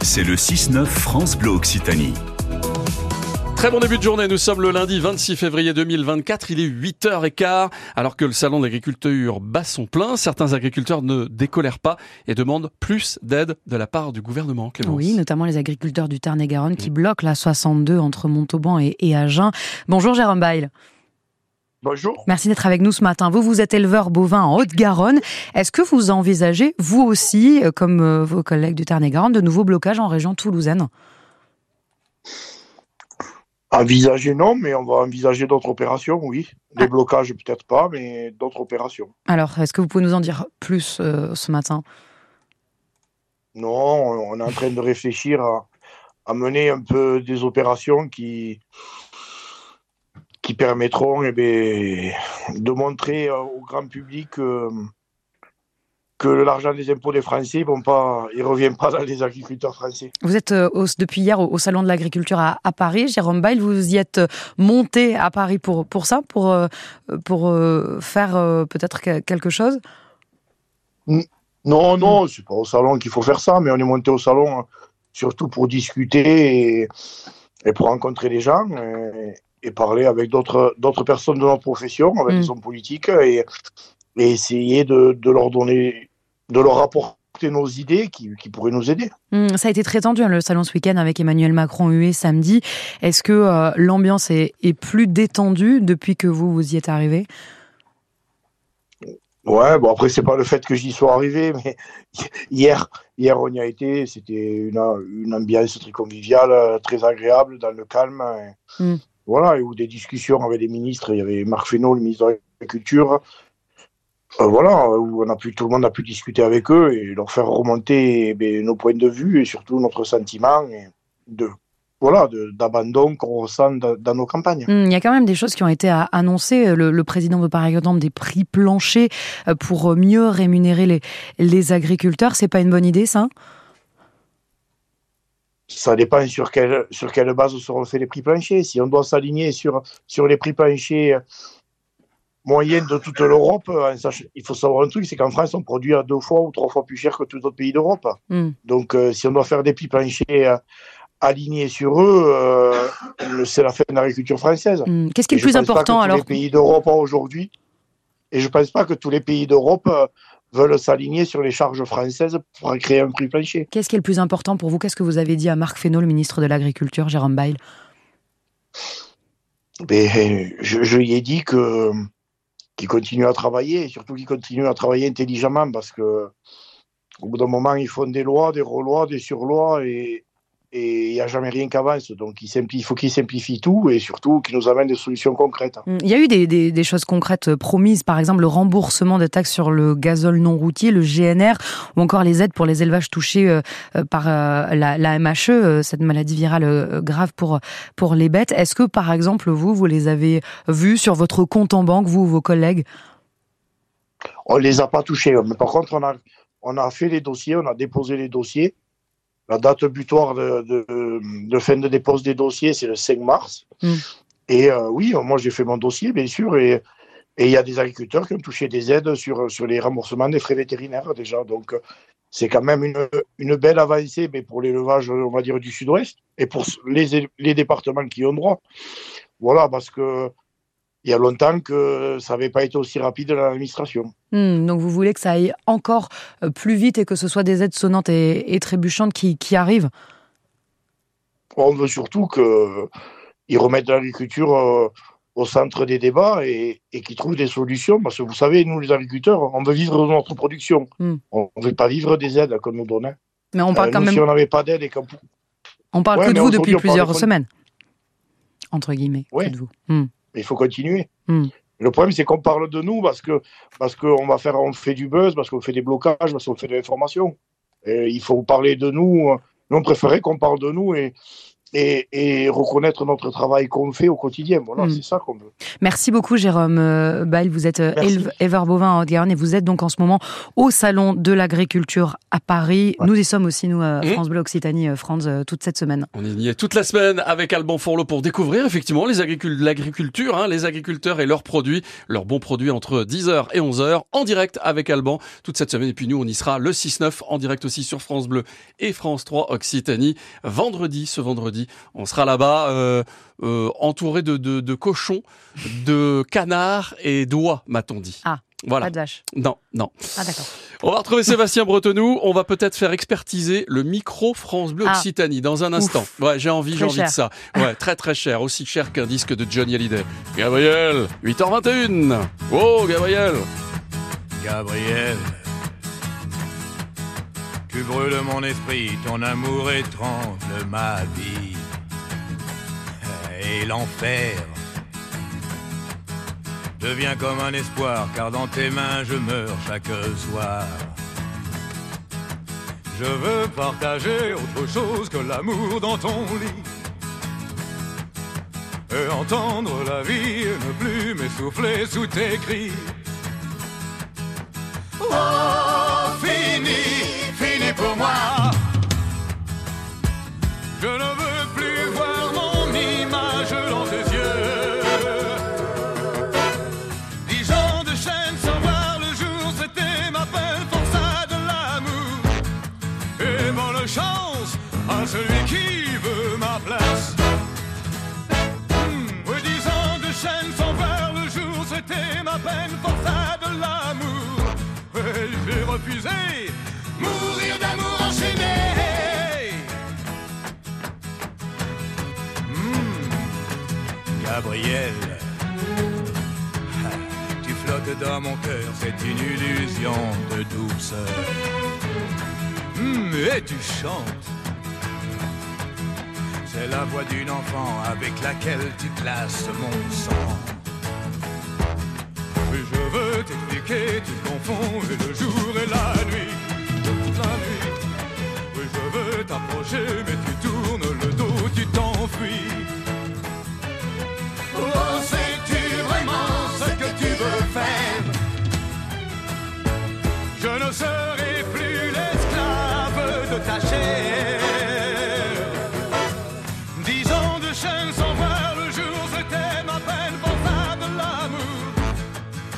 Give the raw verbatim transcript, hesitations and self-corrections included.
C'est le six neuf France Bleu Occitanie. Très bon début de journée, nous sommes le lundi vingt-six février deux mille vingt-quatre, il est huit heures quinze. Alors que le salon de l'agriculture bat son plein, certains agriculteurs ne décolèrent pas et demandent plus d'aide de la part du gouvernement. Clémence. Oui, notamment les agriculteurs du Tarn-et-Garonne qui bloquent la soixante-deux entre Montauban et, et Agen. Bonjour Jérôme Bail. Bonjour. Merci d'être avec nous ce matin. Vous, vous êtes éleveur bovin en Haute-Garonne. Est-ce que vous envisagez, vous aussi, comme vos collègues du Tarn-et-Garonne, de nouveaux blocages en région toulousaine ? Envisager non, mais on va envisager d'autres opérations, oui. Des ah. blocages peut-être pas, mais d'autres opérations. Alors, est-ce que vous pouvez nous en dire plus euh, ce matin ? Non, on est en train de réfléchir à, à mener un peu des opérations qui, qui permettront eh bien, de montrer au grand public euh, que l'argent des impôts des Français, bon, pas, il ne revient pas dans les agriculteurs français. Vous êtes euh, au, depuis hier au, au Salon de l'Agriculture à, à Paris. Jérôme Bail, vous y êtes monté à Paris pour, pour ça, pour, euh, pour euh, faire euh, peut-être quelque chose ? Non, non, c'est pas au Salon qu'il faut faire ça, mais on est monté au Salon surtout pour discuter et, et pour rencontrer les gens et, et parler avec d'autres, d'autres personnes de notre profession, avec mmh. les hommes politiques et, et essayer de, de leur donner... de leur apporter nos idées qui, qui pourraient nous aider. Mmh, ça a été très tendu, hein, le salon ce week-end avec Emmanuel Macron hué samedi. Est-ce que euh, l'ambiance est, est plus détendue depuis que vous, vous y êtes arrivé ? Ouais, bon après c'est pas le fait que j'y sois arrivé, mais hier, hier on y a été, c'était une, une ambiance très conviviale, très agréable, dans le calme. Et, mmh. Voilà, et où des discussions avec les ministres, il y avait Marc Fesneau, le ministre de l'Agriculture. Euh, voilà, où on a pu, tout le monde a pu discuter avec eux et leur faire remonter eh, nos points de vue et surtout notre sentiment et de, voilà, de, d'abandon qu'on ressent dans, dans nos campagnes. Mmh, il y a quand même des choses qui ont été annoncées. Le, le président veut par exemple des prix planchers pour mieux rémunérer les, les agriculteurs. C'est pas une bonne idée, ça ? Ça dépend sur quelle, sur quelle base seront faits les prix planchers. Si on doit s'aligner sur, sur les prix planchers moyenne de toute l'Europe, il faut savoir un truc, c'est qu'en France, on produit à deux fois ou trois fois plus cher que tous les autres pays d'Europe. Mm. Donc, euh, si on doit faire des prix planchers euh, alignés sur eux, euh, c'est la fin de l'agriculture française. Mm. Qu'est-ce qui est le plus important alors ? Les pays d'Europe aujourd'hui, et je ne pense pas que tous les pays d'Europe euh, veulent s'aligner sur les charges françaises pour créer un prix plancher. Qu'est-ce qui est le plus important pour vous ? Qu'est-ce que vous avez dit à Marc Fesneau, le ministre de l'Agriculture, Jérôme Bail ? Ben, je, je lui ai dit que qui continue à travailler, et surtout qui continue à travailler intelligemment, parce que au bout d'un moment, ils font des lois, des relois, des surlois, et et il n'y a jamais rien qui avance. Donc, il, simplifie, il faut qu'ils simplifient tout, et surtout qu'ils nous amènent des solutions concrètes. Il y a eu des, des, des choses concrètes promises, par exemple le remboursement des taxes sur le gazole non routier, le G N R, ou encore les aides pour les élevages touchés euh, par euh, la, la M H E, euh, cette maladie virale euh, grave pour, pour les bêtes. Est-ce que, par exemple, vous, vous les avez vus sur votre compte en banque, vous ou vos collègues ? On ne les a pas touchés. Mais par contre, on a, on a fait les dossiers, on a déposé les dossiers. La date butoir de, de, de fin de dépose des dossiers, c'est le cinq mars. Mmh. Et euh, oui, moi, j'ai fait mon dossier, bien sûr. Et il y a des agriculteurs qui ont touché des aides sur, sur les remboursements des frais vétérinaires, déjà. Donc, c'est quand même une, une belle avancée mais pour l'élevage, on va dire, du sud-ouest et pour les, les départements qui y ont droit. Voilà, parce que il y a longtemps que ça n'avait pas été aussi rapide dans l'administration. Mmh, donc vous voulez que ça aille encore plus vite et que ce soit des aides sonnantes et, et trébuchantes qui, qui arrivent ? On veut surtout qu'ils remettent l'agriculture euh, au centre des débats et, et qu'ils trouvent des solutions. Parce que vous savez, nous les agriculteurs, on veut vivre de notre production. Mmh. On ne veut pas vivre des aides qu'on nous donne. Mais on parle euh, quand nous, même... Si on n'avait pas d'aide et qu'on... On parle ouais, que de vous depuis plusieurs semaines. Entre guillemets, ouais. Que de vous. Mmh. Il faut continuer. Mm. Le problème, c'est qu'on parle de nous parce que parce qu'on va faire, on fait du buzz, parce qu'on fait des blocages, parce qu'on fait de l'information. Et il faut parler de nous. Nous, on préférait qu'on parle de nous et, et, et reconnaître notre travail qu'on fait au quotidien. Voilà, mmh. c'est ça qu'on veut. Merci beaucoup Jérôme Bayle, vous êtes éleve, éleveur bovin en Haute-Garonne et vous êtes donc en ce moment au Salon de l'Agriculture à Paris. Ouais. Nous y sommes aussi, nous, à France Bleu Occitanie, France, toute cette semaine. On y est toute la semaine avec Alban Fourlot pour découvrir effectivement les agricul- l'agriculture, hein, les agriculteurs et leurs produits, leurs bons produits entre dix heures et onze heures en direct avec Alban toute cette semaine. Et puis nous, on y sera le six neuf en direct aussi sur France Bleu et France trois Occitanie. Vendredi, ce vendredi, on sera là-bas euh, euh, entouré de, de, de cochons, de canards et d'oies, m'a-t-on dit. Ah, voilà. Pas de vache. Non, non. Ah, d'accord. On va retrouver Sébastien Bretenou. On va peut-être faire expertiser le micro France Bleu Occitanie ah. dans un instant. Ouf. Ouais, j'ai envie, très j'ai envie cher. de ça. Ouais, très très cher. Aussi cher qu'un disque de Johnny Hallyday. Gabriel, huit heures vingt et une. Oh, Gabriel. Gabriel. Tu brûles mon esprit, ton amour étrangle ma vie. Et l'enfer devient comme un espoir, car dans tes mains je meurs chaque soir. Je veux partager autre chose que l'amour dans ton lit, et entendre la vie et ne plus m'essouffler sous tes cris. Oh, fini, fini pour moi. Je ne veux plus voir mon image dans tes yeux. Dix ans de chaîne sans voir le jour, c'était ma peine pour ça de l'amour. Et bonne chance à celui qui veut ma place. Mmh, oui, dix ans de chaîne sans voir le jour, c'était ma peine pour ça de l'amour. Et j'ai refusé mourir d'amour enchaîné. Gabriel, tu flottes dans mon cœur, c'est une illusion de douceur. Mmh, et tu chantes, c'est la voix d'une enfant avec laquelle tu glaces mon sang. Oui, je veux t'expliquer, tu confonds le jour et la nuit, toute la nuit. Oui, je veux t'approcher, mais tu tournes le dos, tu t'enfuis. Oh, sais-tu vraiment ce que tu veux faire? Je ne serai plus l'esclave de ta chair. Dix ans de chaîne sans